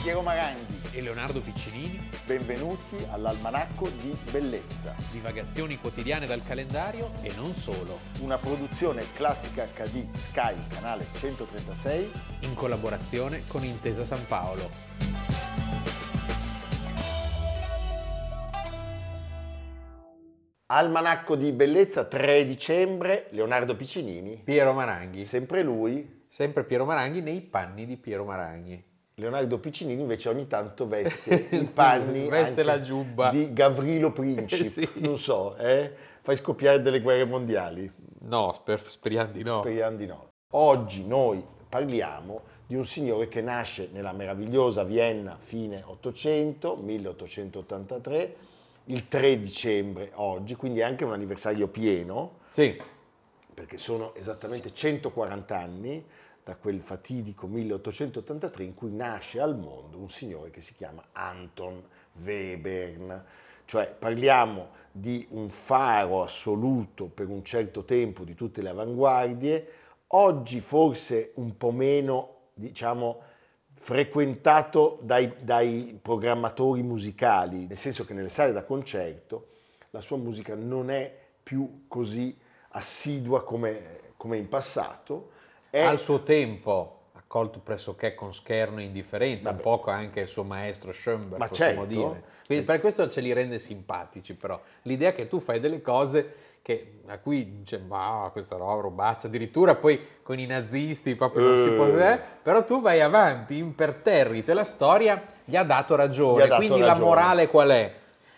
Piero Maranghi e Leonardo Piccinini. Benvenuti all'Almanacco di Bellezza. Divagazioni quotidiane dal calendario e non solo. Una produzione Classica HD Sky, canale 136. In collaborazione con Intesa San Paolo. Almanacco di Bellezza, 3 dicembre, Leonardo Piccinini. Piero Maranghi. Sempre lui. Sempre Piero Maranghi nei panni di Piero Maranghi. Leonardo Piccinini invece ogni tanto veste i panni Veste la giubba di Gavrilo Princip, Sì. Non so, fai scoppiare delle guerre mondiali. No, speriamo di no. Speriamo di no. Oggi noi parliamo di un signore che nasce nella meravigliosa Vienna fine 800, 1883, il 3 dicembre oggi, quindi è anche un anniversario pieno, Sì, perché sono esattamente 140 anni da quel fatidico 1883 in cui nasce al mondo un signore che si chiama Anton Webern. Cioè parliamo di un faro assoluto per un certo tempo di tutte le avanguardie, oggi forse un po' meno, diciamo, frequentato dai programmatori musicali, nel senso che nelle sale da concerto la sua musica non è più così assidua come in passato. al suo tempo accolto pressoché con scherno e indifferenza, Vabbè. un poco anche il suo maestro Schoenberg, Ma possiamo certo. dire. Quindi per questo ce li rende simpatici, però. L'idea che tu fai delle cose a cui dice, ma questa roba, robaccia, addirittura poi con i nazisti proprio non si può però tu vai avanti, imperterrito, e la storia gli ha dato ragione. Gli ha dato Quindi ragione. la morale qual è?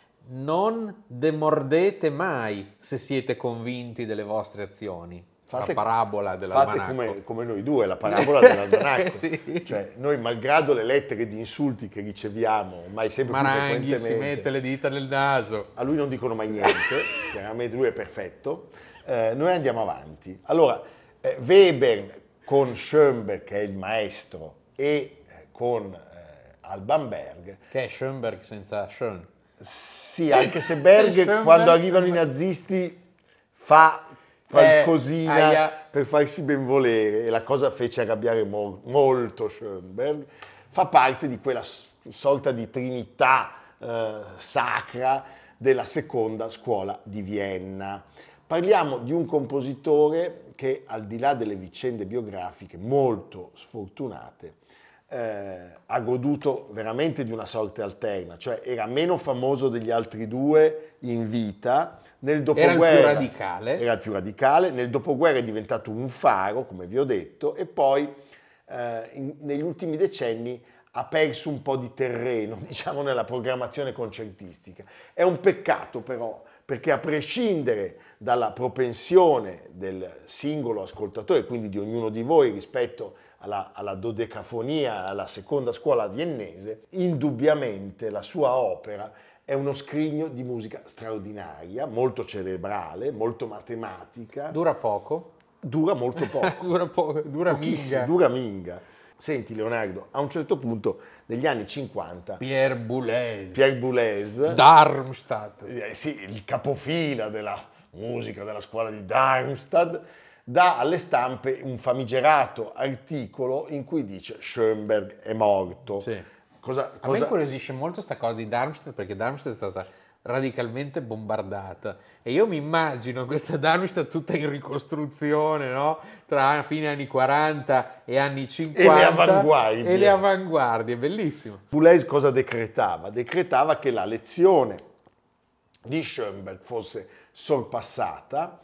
Non demordete mai se siete convinti delle vostre azioni. La parabola dell'almanacco. Fate come noi due, la parabola dell'almanacco. Sì. Cioè, noi, malgrado le lettere di insulti che riceviamo, ormai sempre più Maranghi si frequentemente, mette le dita nel naso. a lui non dicono mai niente, chiaramente lui è perfetto, noi andiamo avanti. Allora, Webern con Schoenberg, che è il maestro, e con Alban Berg, Che è Schoenberg senza Schoen. sì, anche se Berg, Schoenberg. quando arrivano i nazisti, fa qualcosina aia. per farsi benvolere, e la cosa fece arrabbiare molto Schoenberg. Fa parte di quella sorta di trinità sacra della seconda scuola di Vienna. Parliamo di un compositore che, al di là delle vicende biografiche molto sfortunate, ha goduto veramente di una sorte alterna, cioè era meno famoso degli altri due in vita. Nel dopoguerra Era il più radicale. Era il più radicale, nel dopoguerra è diventato un faro, come vi ho detto, e poi negli ultimi decenni ha perso un po' di terreno, diciamo, nella programmazione concertistica. È un peccato però, perché a prescindere dalla propensione del singolo ascoltatore, quindi di ognuno di voi rispetto alla dodecafonia, alla seconda scuola viennese, indubbiamente la sua opera è uno scrigno di musica straordinaria, molto cerebrale, molto matematica. Dura poco. Dura molto poco. Dura Pochissimo, minga. dura minga. Senti Leonardo, a un certo punto, negli anni 50, Pierre Boulez. Pierre Boulez, Darmstadt. sì, il capofila della musica della scuola di Darmstadt, dà alle stampe un famigerato articolo in cui dice Schoenberg è morto. Sì. Cosa- A me incuriosisce molto sta cosa di Darmstadt, perché Darmstadt è stata radicalmente bombardata e io mi immagino questa Darmstadt tutta in ricostruzione, no? Tra fine anni 40 e anni 50 E le avanguardie. e le avanguardie, bellissimo. Boulez cosa decretava? Decretava che la lezione di Schoenberg fosse sorpassata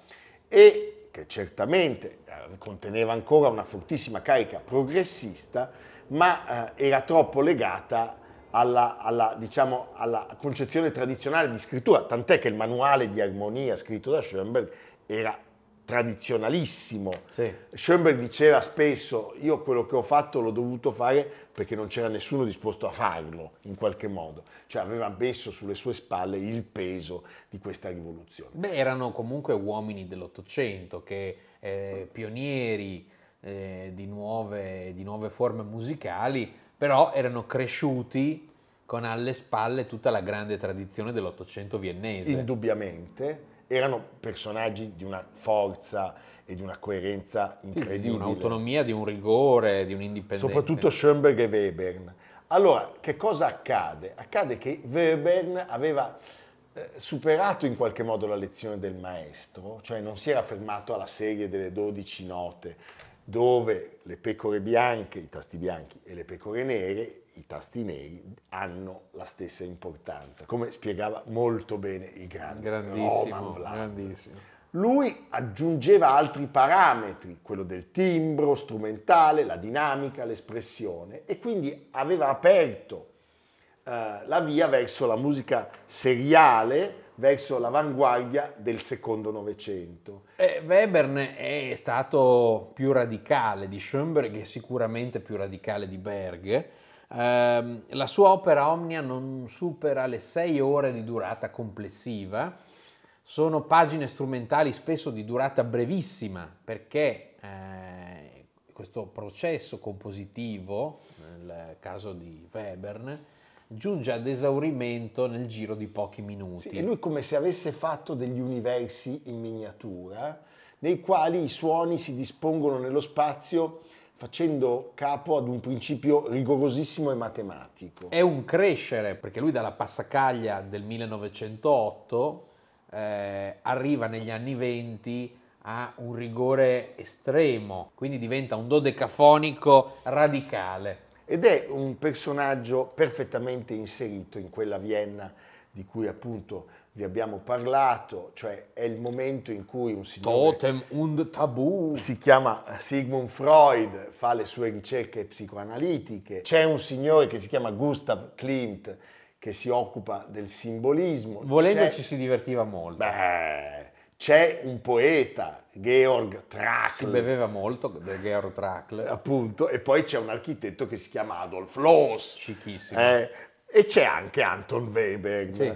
e che certamente conteneva ancora una fortissima carica progressista, ma era troppo legata diciamo, alla concezione tradizionale di scrittura, tant'è che il manuale di armonia scritto da Schoenberg era tradizionalissimo. Sì. Schoenberg diceva spesso: io quello che ho fatto l'ho dovuto fare perché non c'era nessuno disposto a farlo, in qualche modo. Cioè aveva messo sulle sue spalle il peso di questa rivoluzione. Beh, erano comunque uomini dell'Ottocento che pionieri di nuove forme musicali, però erano cresciuti con alle spalle tutta la grande tradizione dell'Ottocento viennese. Indubbiamente erano personaggi di una forza e di una coerenza Sì, incredibile. di un'autonomia, di un rigore, di un'indipendenza. Soprattutto Schoenberg e Webern. Allora, che cosa accade? Accade che Webern aveva superato in qualche modo la lezione del maestro, cioè non si era fermato alla serie delle 12 note, dove le pecore bianche, i tasti bianchi, e le pecore nere, i tasti neri, hanno la stessa importanza, come spiegava molto bene il grande Roman Vlad. Grandissimo. Lui aggiungeva altri parametri, quello del timbro strumentale, la dinamica, l'espressione, e quindi aveva aperto la via verso la musica seriale, verso l'avanguardia del secondo Novecento. Webern è stato più radicale di Schoenberg e sicuramente più radicale di Berg. La sua opera Omnia non supera le 6 ore di durata complessiva. Sono pagine strumentali spesso di durata brevissima, perché questo processo compositivo, nel caso di Webern, giunge ad esaurimento nel giro di pochi minuti. Sì, e lui come se avesse fatto degli universi in miniatura, nei quali i suoni si dispongono nello spazio facendo capo ad un principio rigorosissimo e matematico. È un crescere, perché lui dalla passacaglia del 1908 arriva negli anni 20 a un rigore estremo, quindi diventa un dodecafonico radicale. Ed è un personaggio perfettamente inserito in quella Vienna di cui appunto vi abbiamo parlato, cioè è il momento in cui un signore Totem und Tabu. si chiama Sigmund Freud, fa le sue ricerche psicoanalitiche, c'è un signore che si chiama Gustav Klimt che si occupa del simbolismo. Volendo ci si divertiva molto. C'è un poeta, Georg Trakl. Si beveva molto del Georg Trakl. Appunto, e poi c'è un architetto che si chiama Adolf Loos. Scicchissimo. E c'è anche Anton Webern. Sì.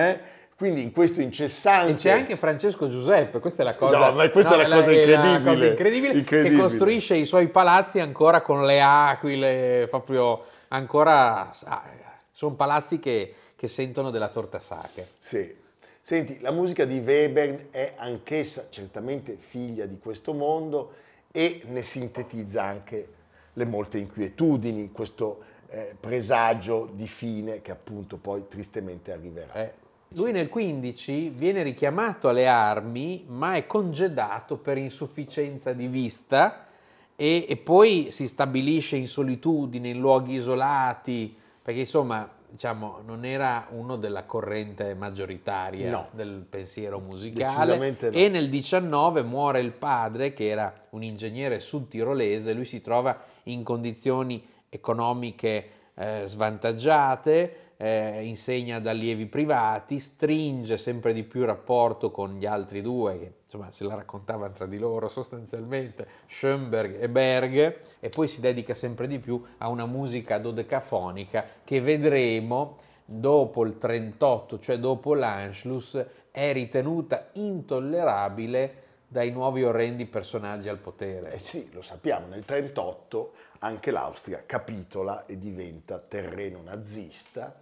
Quindi in questo incessante... E c'è anche Francesco Giuseppe, questa è la cosa... No, ma questa è la cosa incredibile. Che costruisce i suoi palazzi ancora con le aquile, proprio ancora... Sono palazzi che sentono della torta sacra. Sì. Senti, la musica di Webern è anch'essa certamente figlia di questo mondo e ne sintetizza anche le molte inquietudini, questo presagio di fine che appunto poi tristemente arriverà. Lui nel 15 viene richiamato alle armi, ma è congedato per insufficienza di vista e poi si stabilisce in solitudine, in luoghi isolati, perché insomma, diciamo, non era uno della corrente maggioritaria del pensiero musicale. No. E nel 19 muore il padre, che era un ingegnere sudtirolese. Lui si trova in condizioni economiche svantaggiate, insegna ad allievi privati, stringe sempre di più il rapporto con gli altri due che insomma se la raccontavano tra di loro sostanzialmente, Schoenberg e Berg, e poi si dedica sempre di più a una musica dodecafonica che vedremo dopo il 38, cioè dopo l'Anschluss, è ritenuta intollerabile dai nuovi orrendi personaggi al potere. Sì, lo sappiamo, nel 38 anche l'Austria capitola e diventa terreno nazista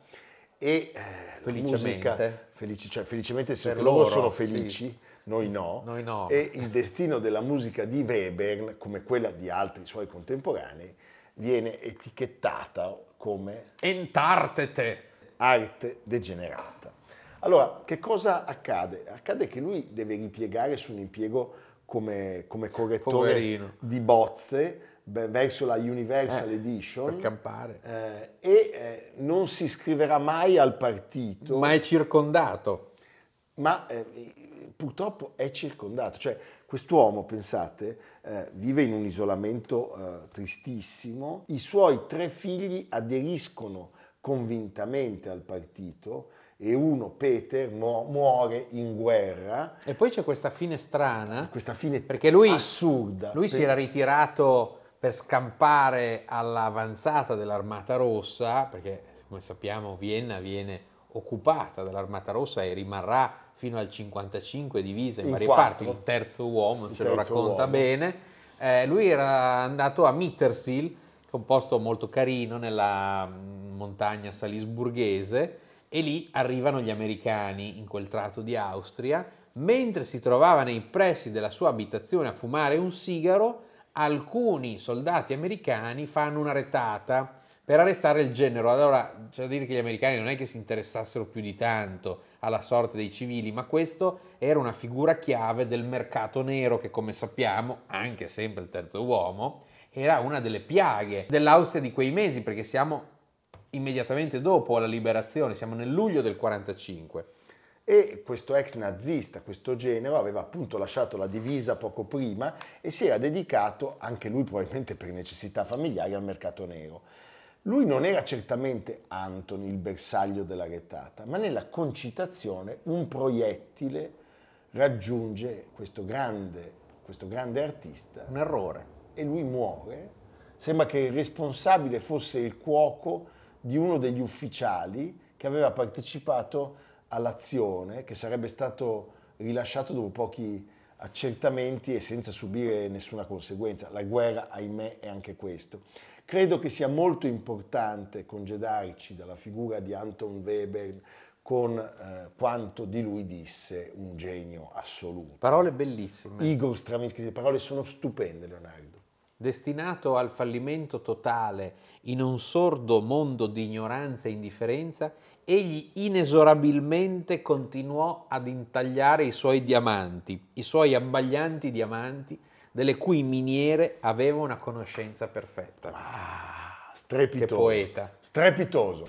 e felicemente, felicemente se per loro loro sono felici, sì. Noi no. E il destino della musica di Webern, come quella di altri suoi contemporanei, viene etichettata come Entartete, arte degenerata. Allora, che cosa accade? Accade che lui deve ripiegare su un impiego come correttore Poverino. di bozze verso la Universal Edition per campare. E non si iscriverà mai al partito, ma è circondato, ma purtroppo è circondato, cioè quest'uomo, pensate, vive in un isolamento tristissimo, i suoi 3 figli aderiscono convintamente al partito e uno, Peter, muore in guerra. E poi c'è questa fine strana, questa fine perché lui, assurda. Lui si era ritirato per scampare all'avanzata dell'Armata Rossa, perché come sappiamo Vienna viene occupata dall'Armata Rossa e rimarrà fino al 55 divisa in varie 4. parti, il terzo uomo ce lo racconta bene. Lui era andato a Mittersill, che è un posto molto carino nella montagna salisburghese, e lì arrivano gli americani in quel tratto di Austria. Mentre si trovava nei pressi della sua abitazione a fumare un sigaro, alcuni soldati americani fanno una retata per arrestare il genero. Allora, c'è da dire che gli americani non è che si interessassero più di tanto alla sorte dei civili, ma questo era una figura chiave del mercato nero che, come sappiamo, anche sempre il terzo uomo, era una delle piaghe dell'Austria di quei mesi, perché siamo immediatamente dopo la liberazione, siamo nel luglio del 45. E questo ex nazista, questo genero, aveva appunto lasciato la divisa poco prima e si era dedicato, anche lui probabilmente per necessità familiari, al mercato nero. Lui non era certamente Anton, il bersaglio della retata, ma nella concitazione un proiettile raggiunge questo grande artista. Un errore. E lui muore. Sembra che il responsabile fosse il cuoco di uno degli ufficiali che aveva partecipato all'azione, che sarebbe stato rilasciato dopo pochi accertamenti e senza subire nessuna conseguenza. La guerra, ahimè, è anche questo. Credo che sia molto importante congedarci dalla figura di Anton Webern con quanto di lui disse un genio assoluto. Parole bellissime. Igor Stravinsky, le parole sono stupende, Leonardo. Destinato al fallimento totale in un sordo mondo di ignoranza e indifferenza, egli inesorabilmente continuò ad intagliare i suoi diamanti, i suoi abbaglianti diamanti, delle cui miniere aveva una conoscenza perfetta. Strepitoso. Che poeta. Strepitoso.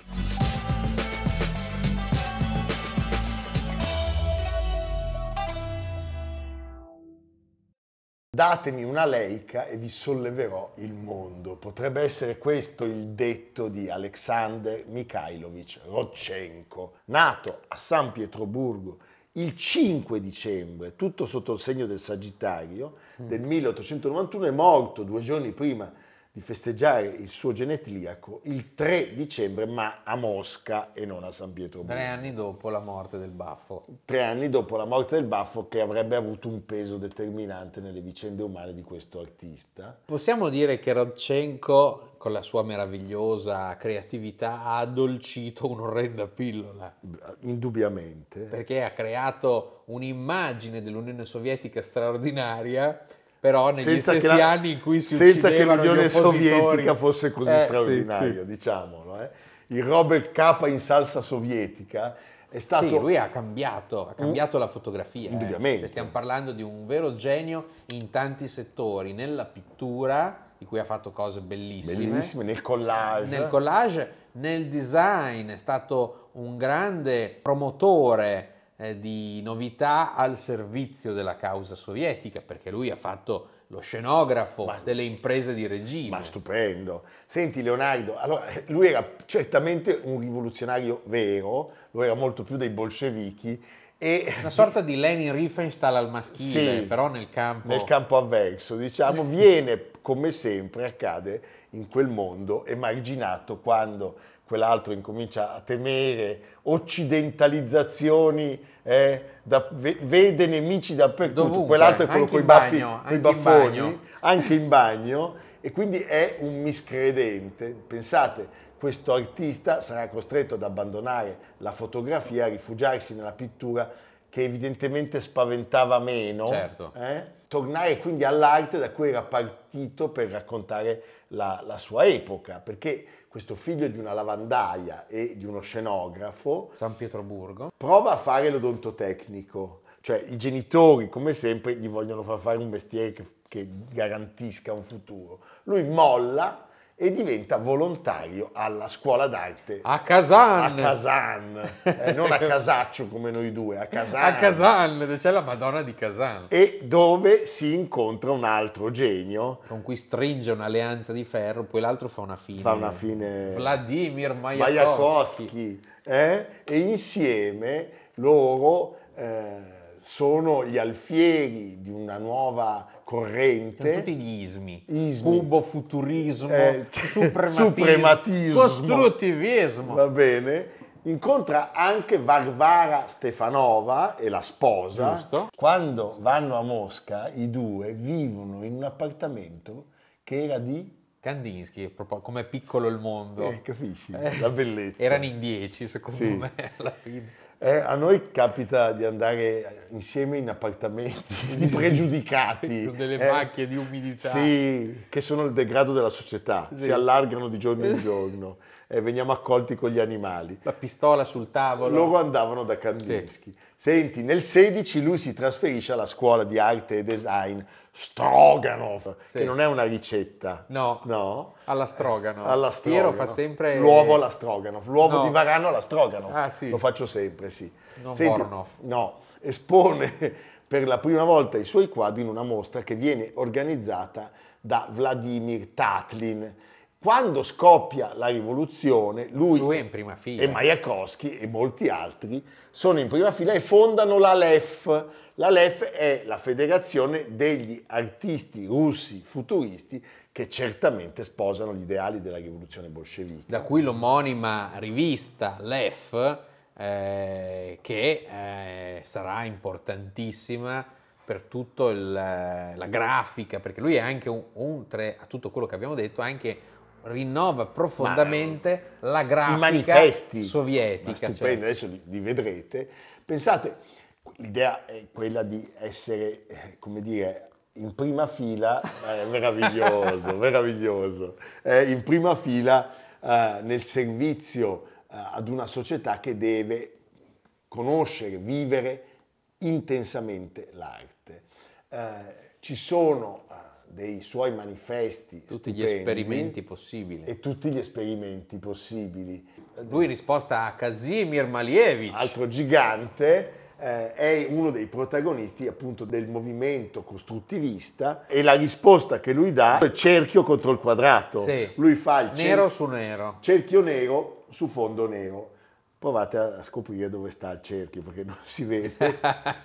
Datemi una Leica e vi solleverò il mondo. Potrebbe essere questo il detto di Alexander Mikhailovich Rodchenko, nato a San Pietroburgo il 5 dicembre, tutto sotto il segno del Sagittario, del 1891, è morto 2 giorni prima di festeggiare il suo genetliaco, il 3 dicembre, ma a Mosca e non a San Pietroburgo. 3 anni dopo la morte del baffo. 3 anni dopo la morte del baffo, che avrebbe avuto un peso determinante nelle vicende umane di questo artista. Possiamo dire che Rodchenko, con la sua meravigliosa creatività, ha addolcito un'orrenda pillola. Indubbiamente. Perché ha creato un'immagine dell'Unione Sovietica straordinaria, però negli stessi anni in cui si senza che uccidevano l'Unione gli oppositori. Sovietica fosse così straordinaria, sì. diciamolo. Il Robert Capa in salsa sovietica è stato... Sì, lui ha cambiato la fotografia. Indubbiamente. Cioè, stiamo parlando di un vero genio in tanti settori, nella pittura, di cui ha fatto cose bellissime. Nel collage. Nel design, è stato un grande promotore di novità al servizio della causa sovietica, perché lui ha fatto lo scenografo delle imprese di regime. Ma stupendo. Senti Leonardo, allora lui era certamente un rivoluzionario vero, lo era molto più dei bolscevichi. Una sorta di Leni Riefenstahl al maschile, sì, però nel campo avverso, diciamo, viene, come sempre accade in quel mondo, emarginato quando quell'altro incomincia a temere occidentalizzazioni, vede nemici dappertutto. Dovunque, quell'altro è quello con i baffoni, anche in bagno, e quindi è un miscredente. Pensate, questo artista sarà costretto ad abbandonare la fotografia, a rifugiarsi nella pittura, che evidentemente spaventava meno. Certo. Tornare quindi all'arte da cui era partito per raccontare la sua epoca, perché questo figlio di una lavandaia e di uno scenografo, San Pietroburgo, prova a fare l'odontotecnico, cioè i genitori come sempre gli vogliono far fare un mestiere che garantisca un futuro. Lui molla e diventa volontario alla scuola d'arte a Kazan, non a Casaccio come noi due, a Kazan. A Kazan, dove c'è la Madonna di Kazan, e dove si incontra un altro genio con cui stringe un'alleanza di ferro, poi l'altro fa una fine. Vladimir Mayakovsky. E insieme loro sono gli alfieri di una nuova corrente. Tutti gli ismi. Cubofuturismo, suprematismo, costruttivismo. Va bene. Incontra anche Varvara Stefanova e la sposa. Giusto. Quando vanno a Mosca, i due vivono in un appartamento che era di Kandinsky, proprio come piccolo il mondo. capisci? La bellezza. Erano in 10, secondo me, alla fine. A noi capita di andare insieme in appartamenti di pregiudicati. Con delle macchie di umidità. Sì, che sono il degrado della società, Sì. si allargano di giorno in giorno e veniamo accolti con gli animali. La pistola sul tavolo. Loro andavano da Kandinsky. Senti, nel 16 lui si trasferisce alla scuola di arte e design Stroganov, Sì. che non è una ricetta. No. Alla Strogano. Alla Piero Stroganoff. fa sempre... L'uovo alla Stroganoff, l'uovo No. di Varano alla Stroganoff. Ah, sì. Lo faccio sempre, sì. Non Senti, Voronov. no, espone per la prima volta i suoi quadri in una mostra che viene organizzata da Vladimir Tatlin. Quando scoppia la rivoluzione, lui Lui è in prima fila. e Majakovsky e molti altri sono in prima fila e fondano la LEF. La LEF è la federazione degli artisti russi futuristi che certamente sposano gli ideali della rivoluzione bolscevica. Da cui l'omonima rivista Lef, che sarà importantissima per tutto la grafica, perché lui è anche, oltre a tutto quello che abbiamo detto, anche rinnova profondamente la grafica I manifesti sovietica. ma stupendi, adesso li vedrete. Pensate, l'idea è quella di essere, come dire, in prima fila, meraviglioso, meraviglioso, in prima fila nel servizio ad una società che deve conoscere, vivere intensamente l'arte. Ci sono dei suoi manifesti Tutti gli stupendi esperimenti possibili. e tutti gli esperimenti possibili. Lui in risposta a Kazimir Malevich, Altro gigante, è uno dei protagonisti appunto del movimento costruttivista e la risposta che lui dà è il cerchio contro il quadrato. Sì. Lui fa il nero su nero. cerchio nero su fondo nero. Provate a scoprire dove sta il cerchio perché non si vede.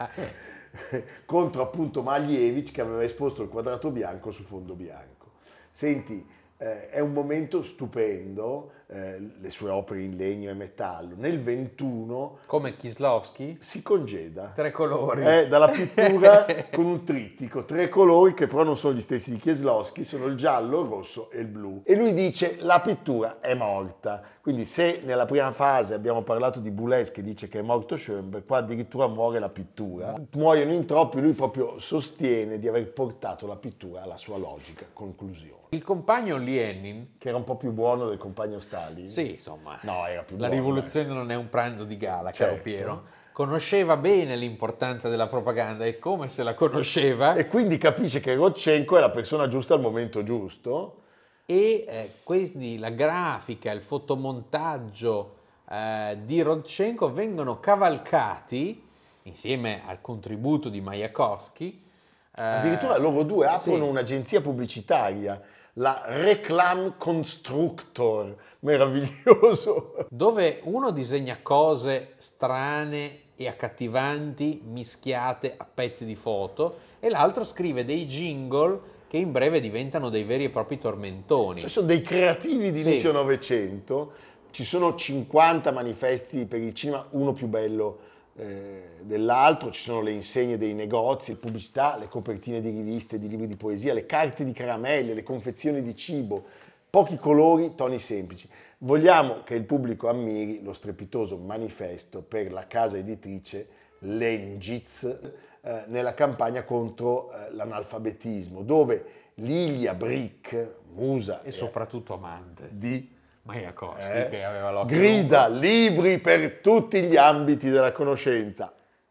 Contro appunto Malevich che aveva esposto il quadrato bianco su fondo bianco. Senti, è un momento stupendo, le sue opere in legno e metallo. Nel 21 Come Kieslowski, si congeda 3 colori. dalla pittura con un trittico, 3 colori che però non sono gli stessi di Kieslowski, sono il giallo, il rosso e il blu. E lui dice la pittura è morta. Quindi se nella prima fase abbiamo parlato di Boulez che dice che è morto Schoenberg, qua addirittura muore la pittura. Muoiono in troppi, lui proprio sostiene di aver portato la pittura alla sua logica conclusione. Il compagno Lenin, Che era un po' più buono del compagno Stalin. sì, insomma, No, era più la buono. rivoluzione non è un pranzo di gala, caro Certo. Piero. Conosceva bene l'importanza della propaganda e come se la conosceva. E quindi capisce che Rodchenko è la persona giusta al momento giusto. E quindi la grafica, il fotomontaggio di Rodchenko vengono cavalcati insieme al contributo di Majakovsky. Addirittura loro due aprono sì. un'agenzia pubblicitaria, la Reclam Constructor, meraviglioso. Dove uno disegna cose strane e accattivanti mischiate a pezzi di foto e l'altro scrive dei jingle che in breve diventano dei veri e propri tormentoni. Cioè sono dei creativi di Sì. inizio Novecento, ci sono 50 manifesti per il cinema, uno più bello dell'altro, ci sono le insegne dei negozi, le pubblicità, le copertine di riviste, di libri di poesia, le carte di caramelle, le confezioni di cibo, pochi colori, toni semplici. Vogliamo che il pubblico ammiri lo strepitoso manifesto per la casa editrice Lengiz nella campagna contro l'analfabetismo, dove Lilia Brick, musa E soprattutto amante di Majakovsky, che aveva l'occhio grida libri per tutti gli ambiti della conoscenza.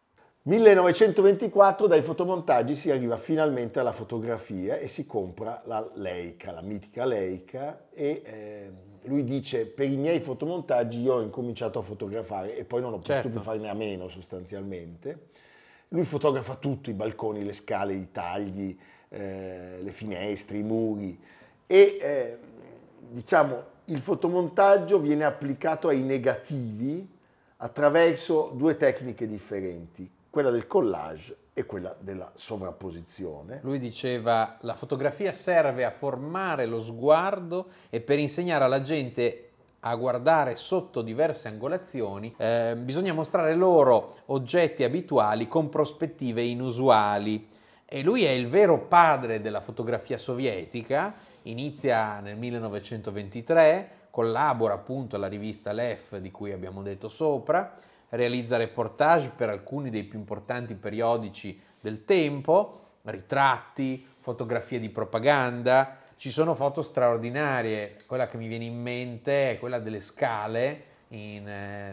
1924 dai fotomontaggi si arriva finalmente alla fotografia e si compra la Leica, la mitica Leica, e lui dice per i miei fotomontaggi io ho incominciato a fotografare e poi non ho potuto Certo. più farne a meno sostanzialmente. Lui fotografa tutto, i balconi, le scale, i tagli, le finestre, i muri e diciamo il fotomontaggio viene applicato ai negativi attraverso 2 tecniche differenti, quella del collage e quella della sovrapposizione. Lui diceva: la fotografia serve a formare lo sguardo e per insegnare alla gente a guardare sotto diverse angolazioni bisogna mostrare loro oggetti abituali con prospettive inusuali. E lui è il vero padre della fotografia sovietica, inizia nel 1923, collabora appunto alla rivista Lef di cui abbiamo detto sopra, realizza reportage per alcuni dei più importanti periodici del tempo, ritratti, fotografie di propaganda. Ci sono foto straordinarie, quella che mi viene in mente è quella delle scale in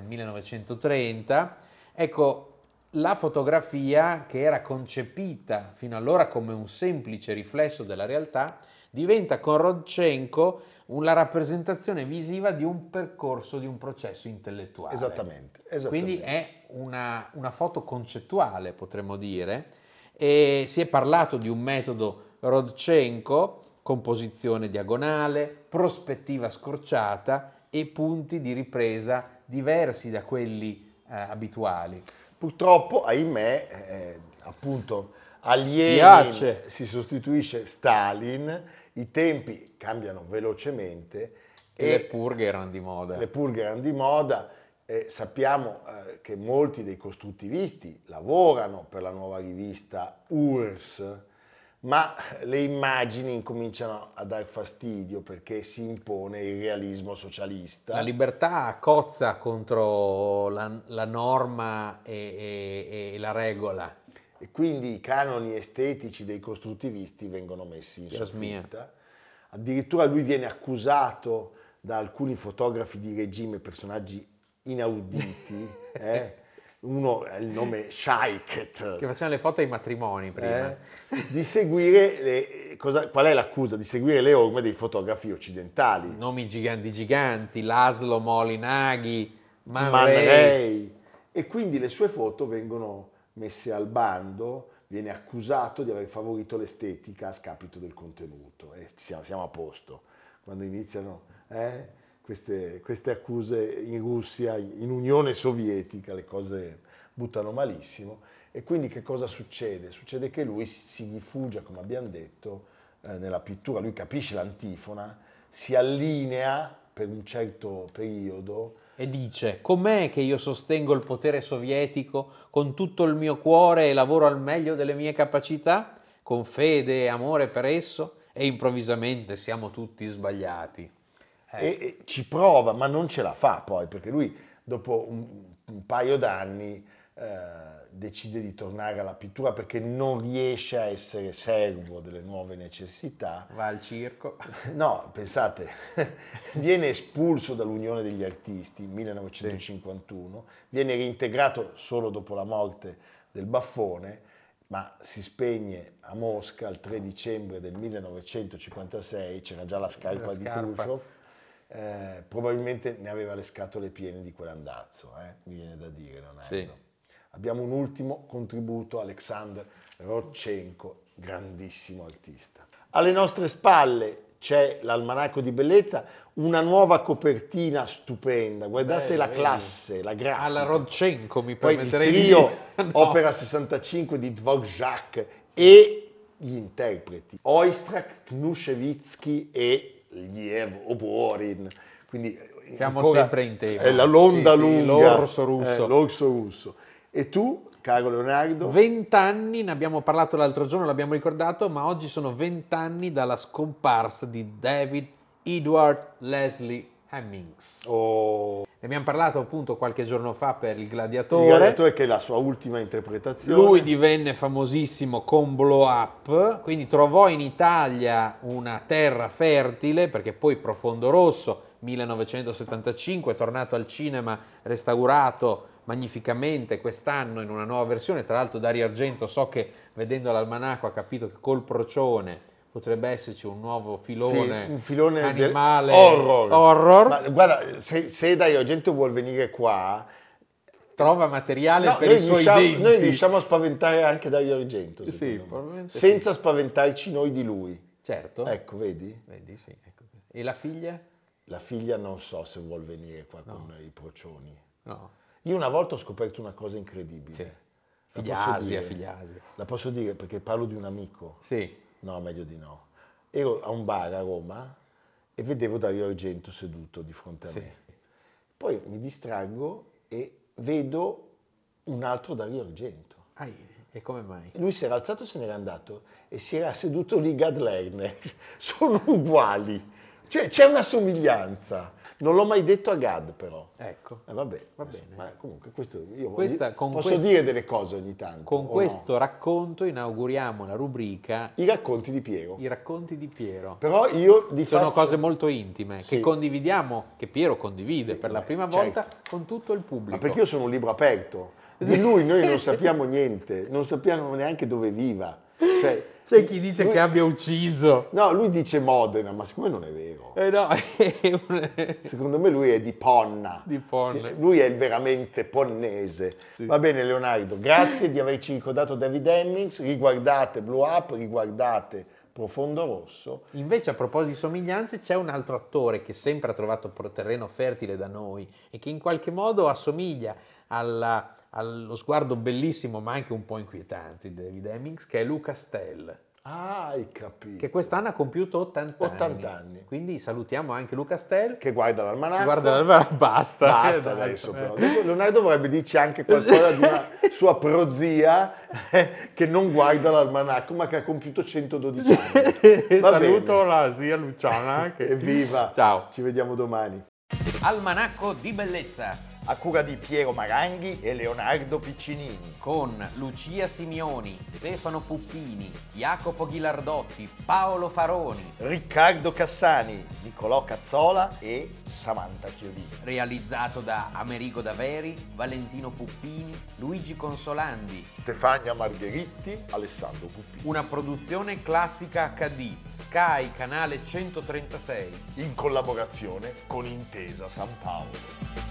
1930. Ecco, la fotografia, che era concepita fino allora come un semplice riflesso della realtà, diventa con Rodchenko la rappresentazione visiva di un percorso, di un processo intellettuale. Esattamente. Quindi è una foto concettuale, potremmo dire, e si è parlato di un metodo Rodchenko, composizione diagonale, prospettiva scorciata e punti di ripresa diversi da quelli abituali. Purtroppo, ahimè, appunto, a Spiace. Lenin si sostituisce Stalin, i tempi cambiano velocemente E le purghe erano di moda. Le purghe erano di moda. Sappiamo che molti dei costruttivisti lavorano per la nuova rivista URSS, ma le immagini incominciano a dar fastidio perché si impone il realismo socialista. La libertà cozza contro la norma e la regola. E quindi i canoni estetici dei costruttivisti vengono messi in soffitta. Addirittura lui viene accusato da alcuni fotografi di regime, personaggi inauditi, uno è il nome Shaiket, Che facevano le foto ai matrimoni prima. di seguire, qual è l'accusa? Di seguire le orme dei fotografi occidentali. Nomi giganti, Laszlo Molinaghi, Man Man Ray. Ray. E quindi le sue foto vengono messe al bando, viene accusato di aver favorito l'estetica a scapito del contenuto. E siamo a posto. Quando iniziano queste accuse in Russia, in Unione Sovietica, le cose buttano malissimo. E quindi che cosa succede? Succede che lui si rifugia, come abbiamo detto, nella pittura. Lui capisce l'antifona, si allinea per un certo periodo. E dice: com'è che io sostengo il potere sovietico con tutto il mio cuore e lavoro al meglio delle mie capacità, con fede e amore per esso, e improvvisamente siamo tutti sbagliati. E ci prova, ma non ce la fa poi, perché lui dopo un paio d'anni decide di tornare alla pittura perché non riesce a essere servo delle nuove necessità. Va al circo. No, pensate, viene espulso dall'Unione degli Artisti nel 1951, viene reintegrato solo dopo la morte del Baffone, ma si spegne a Mosca il 3 dicembre del 1956, c'era già la scarpa di Khrushchev. Probabilmente ne aveva le scatole piene di quell'andazzo, mi viene da dire, non è? Sì. Abbiamo un ultimo contributo, Alexander Rodchenko, grandissimo artista. Alle nostre spalle c'è l'Almanacco di Bellezza, una nuova copertina stupenda, guardate la classe, la grafica. Alla Rodchenko mi Poi il permetterei di trio dire. No. Opera 65 di Dvorak e gli interpreti Oistrakh, Knushevitsky e Liev Oborin. Quindi Siamo ancora sempre in tema. è la l'onda Sì, lunga, l'orso russo. l'orso russo. E tu, caro Leonardo? 20 anni, ne abbiamo parlato l'altro giorno, l'abbiamo ricordato, ma oggi sono 20 anni dalla scomparsa di David Edward Leslie Hemmings. Oh, Ne abbiamo parlato appunto qualche giorno fa per Il il Gladiatore. Gladiatore, che è la sua ultima interpretazione. Lui divenne famosissimo con Blow Up, quindi trovò in Italia una terra fertile, perché poi Profondo Rosso, 1975, è tornato al cinema restaurato magnificamente quest'anno in una nuova versione. Tra l'altro Dario Argento, so che vedendo l'almanacco ha capito che col procione potrebbe esserci un nuovo filone, un filone animale horror. Ma guarda, se Dario Argento vuol venire qua, trova materiale no, per i suoi denti. noi riusciamo a spaventare anche Dario Argento, Sì, me. probabilmente senza spaventarci noi di lui. Certo. Ecco, vedi? Vedi, sì. Ecco. E la figlia? La figlia non so se vuol venire qua con i procioni. No. Io una volta ho scoperto una cosa incredibile. Sì. La posso dire? Figliasia. La posso dire perché parlo di un amico. Sì. No, meglio di no. Ero a un bar a Roma e vedevo Dario Argento seduto di fronte a me. Poi mi distraggo e vedo un altro Dario Argento. E come mai? Lui si era alzato e se n'era andato e si era seduto lì Gad Lerner. Sono uguali. Cioè, c'è una somiglianza. Non l'ho mai detto a Gad, però. Ecco. Vabbè, Va bene. ma comunque questo io Con posso dire delle cose ogni tanto. Con o questo no? racconto inauguriamo la rubrica I racconti di Piero. I racconti di Piero. Però io li Sono faccio... cose molto intime Sì. che condividiamo, che Piero condivide per la prima volta certo. con tutto il pubblico. Ma perché io sono un libro aperto. Di lui noi non sappiamo niente, non sappiamo neanche dove viva. Cioè, C'è chi dice lui- che abbia ucciso. No, lui dice Modena, ma siccome non è vero. No, Secondo me lui è di Ponna. Di Ponna. Sì, lui è il veramente ponnese. Va bene Leonardo, grazie di averci ricordato David Hemmings. Riguardate Blow Up, riguardate Profondo Rosso. Invece a proposito di somiglianze c'è un altro attore che sempre ha trovato terreno fertile da noi e che in qualche modo assomiglia allo sguardo bellissimo ma anche un po' inquietante di David Hemmings, che è Luca Stell, Ah, hai capito. che quest'anno ha compiuto 80 anni. 80 anni. Quindi salutiamo anche Luca Stell. Che guarda l'almanacco. Guarda, basta. Basta adesso però. Adesso Leonardo vorrebbe dirci anche qualcosa di una sua prozia che non guarda l'almanacco ma che ha compiuto 112 anni. Va Saluto bene. la zia Luciana. Evviva. Ciao. Ci vediamo domani. Almanacco di bellezza A cura di Piero Maranghi e Leonardo Piccinini. con Lucia Simioni, Stefano Puppini, Jacopo Ghilardotti, Paolo Faroni, Riccardo Cassani, Nicolò Cazzola e Samantha Chiodini. realizzato da Amerigo Daveri, Valentino Puppini, Luigi Consolandi. Stefania Margheritti, Alessandro Puppini. Una produzione Classica HD, Sky canale 136. In collaborazione con Intesa San Paolo.